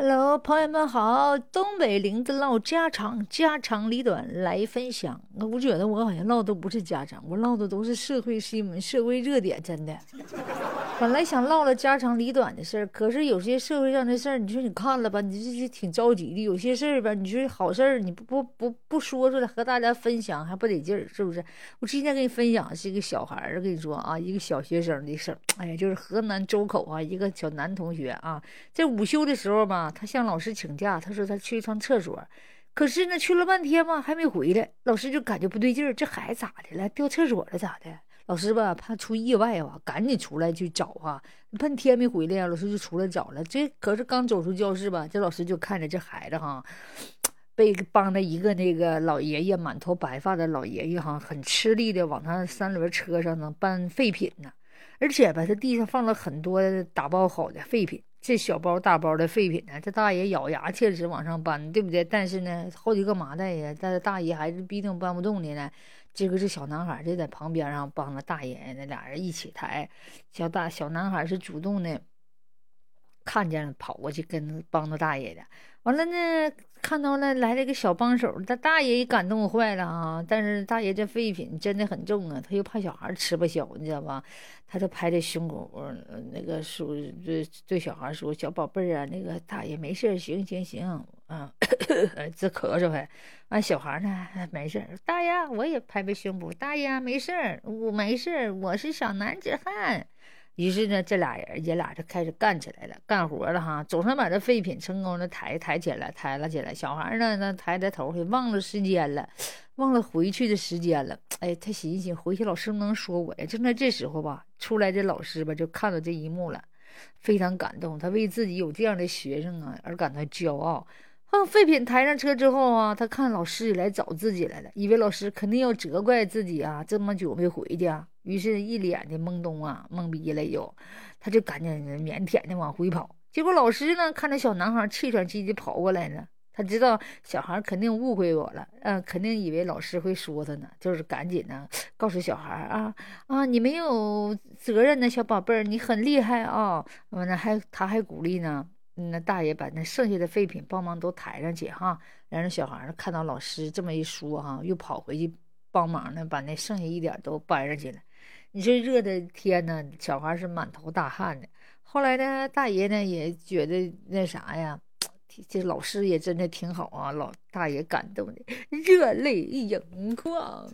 Hello，朋友们好！东北林子唠家常，家长里短来分享。我觉得我好像唠的不是家常，我唠的都是社会新闻、社会热点，真的。本来想唠了家长里短的事儿，可是有些社会上的事儿，你说你看了吧，你这挺着急的；有些事儿吧，你说好事儿，你不说出来和大家分享，还不得劲儿，是不是？我今天给你分享的是一个小孩儿，跟你说啊，一个小学生的事儿。哎呀，就是河南周口啊，一个小男同学啊，在午休的时候吧，他向老师请假，他说他去一趟厕所。可是呢，去了半天嘛，还没回来，老师就感觉不对劲儿，这孩子咋的了？掉厕所了咋的？老师吧，怕出意外吧，赶紧出来去找啊，半天没回来呀，老师就出来找了。这可是刚走出教室吧，这老师就看着这孩子哈，被帮着一个那个老爷爷，满头白发的老爷爷哈，很吃力的往他三轮车上呢搬废品呢，而且吧，他地上放了很多打包好的废品。这小包大包的废品呢，这大爷咬牙切齿往上搬，对不对？但是呢，好几个麻袋呀，但是大爷还是逼得搬不动的呢。这个是小男孩就在旁边上帮着大爷，那俩人一起抬。小男孩是主动的，看见了跑过去跟帮着大爷的。完了呢，看到了来了一个小帮手，他大爷也感动坏了啊。但是大爷这废品真的很重啊，他又怕小孩吃不消，你知道吧？他就拍在胸口，那个说对小孩说：“小宝贝儿啊，那个大爷没事，行行行啊。”这咳嗽还，完小孩呢没事，大爷我也拍拍胸脯，大爷没事，我没事，我是小男子汉。于是呢，这俩人爷俩就开始干起来了，干活了哈，总算把这废品成功的抬起来，抬了起来。小孩呢，那抬抬头也忘了时间了，忘了回去的时间了。哎，他寻思回去老师不能说我呀。正在这时候吧，出来这老师吧就看到这一幕了，非常感动，他为自己有这样的学生啊而感到骄傲。废品抬上车之后啊，他看老师也来找自己来了，以为老师肯定要责怪自己啊，这么久没回去啊，于是一脸的懵懂啊，懵逼了又，他就赶紧腼腆的往回跑。结果老师呢，看着小男孩气喘吁吁跑过来呢，他知道小孩肯定误会我了，肯定以为老师会说他呢，就是赶紧呢告诉小孩啊，你没有责任呢，小宝贝儿，你很厉害啊。完了他还鼓励呢。那大爷把那剩下的废品帮忙都抬上去哈，然后小孩看到老师这么一说哈，又跑回去帮忙呢，把那剩下一点都搬上去了。你说热的天呢，小孩是满头大汗的。后来呢，大爷呢也觉得那啥呀，这老师也真的挺好啊，老大爷感动的热泪盈眶。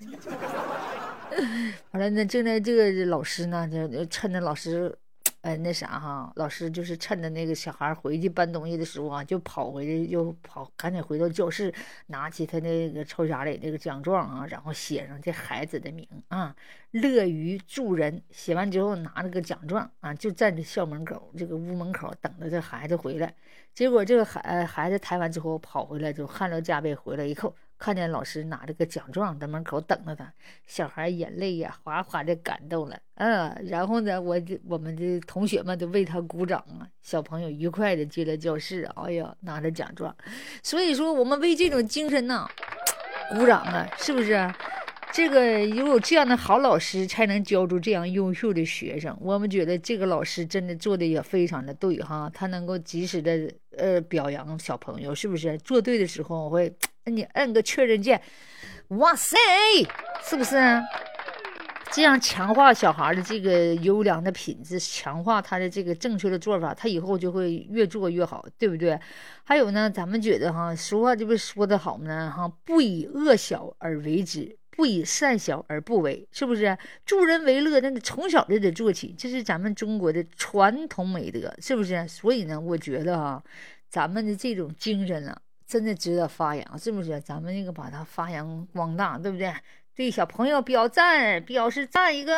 完了呢，正在这个老师呢，就趁着老师。那啥哈，老师就是趁着那个小孩回去搬东西的时候啊，就跑回去，赶紧回到教室，拿起他那个抽匣里那个奖状啊，然后写上这孩子的名啊，乐于助人。写完之后拿了个奖状啊，就站在校门口这个屋门口等着这孩子回来。结果这个孩子抬完之后跑回来，就汗流浃背回来一扣。看见老师拿着个奖状在门口等着他，小孩眼泪呀哗哗的感动了，然后呢，我们的同学们都为他鼓掌啊，小朋友愉快的进了教室，哎呀，拿着奖状，所以说我们为这种精神呢鼓掌啊，是不是？这个有这样的好老师，才能教出这样优秀的学生。我们觉得这个老师真的做的也非常的对哈，他能够及时的表扬小朋友，是不是？做对的时候我会你摁个确认键，哇塞，是不是？这样强化小孩的这个优良的品质，强化他的这个正确的做法，他以后就会越做越好，对不对？还有呢，咱们觉得哈，俗话这不是说的好呢哈，不以恶小而为之，不以善小而不为，是不是？助人为乐，那从小就得做起，这是咱们中国的传统美德，是不是？所以呢，我觉得哈，咱们的这种精神啊，真的值得发扬，是不是？咱们那个把它发扬光大，对不对？对小朋友表示赞一个。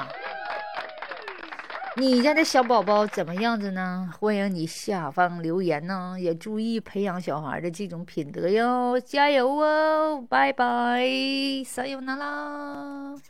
你家的小宝宝怎么样子呢？欢迎你下方留言呢，也注意培养小孩的这种品德哟，加油哦，拜拜，撒由那拉。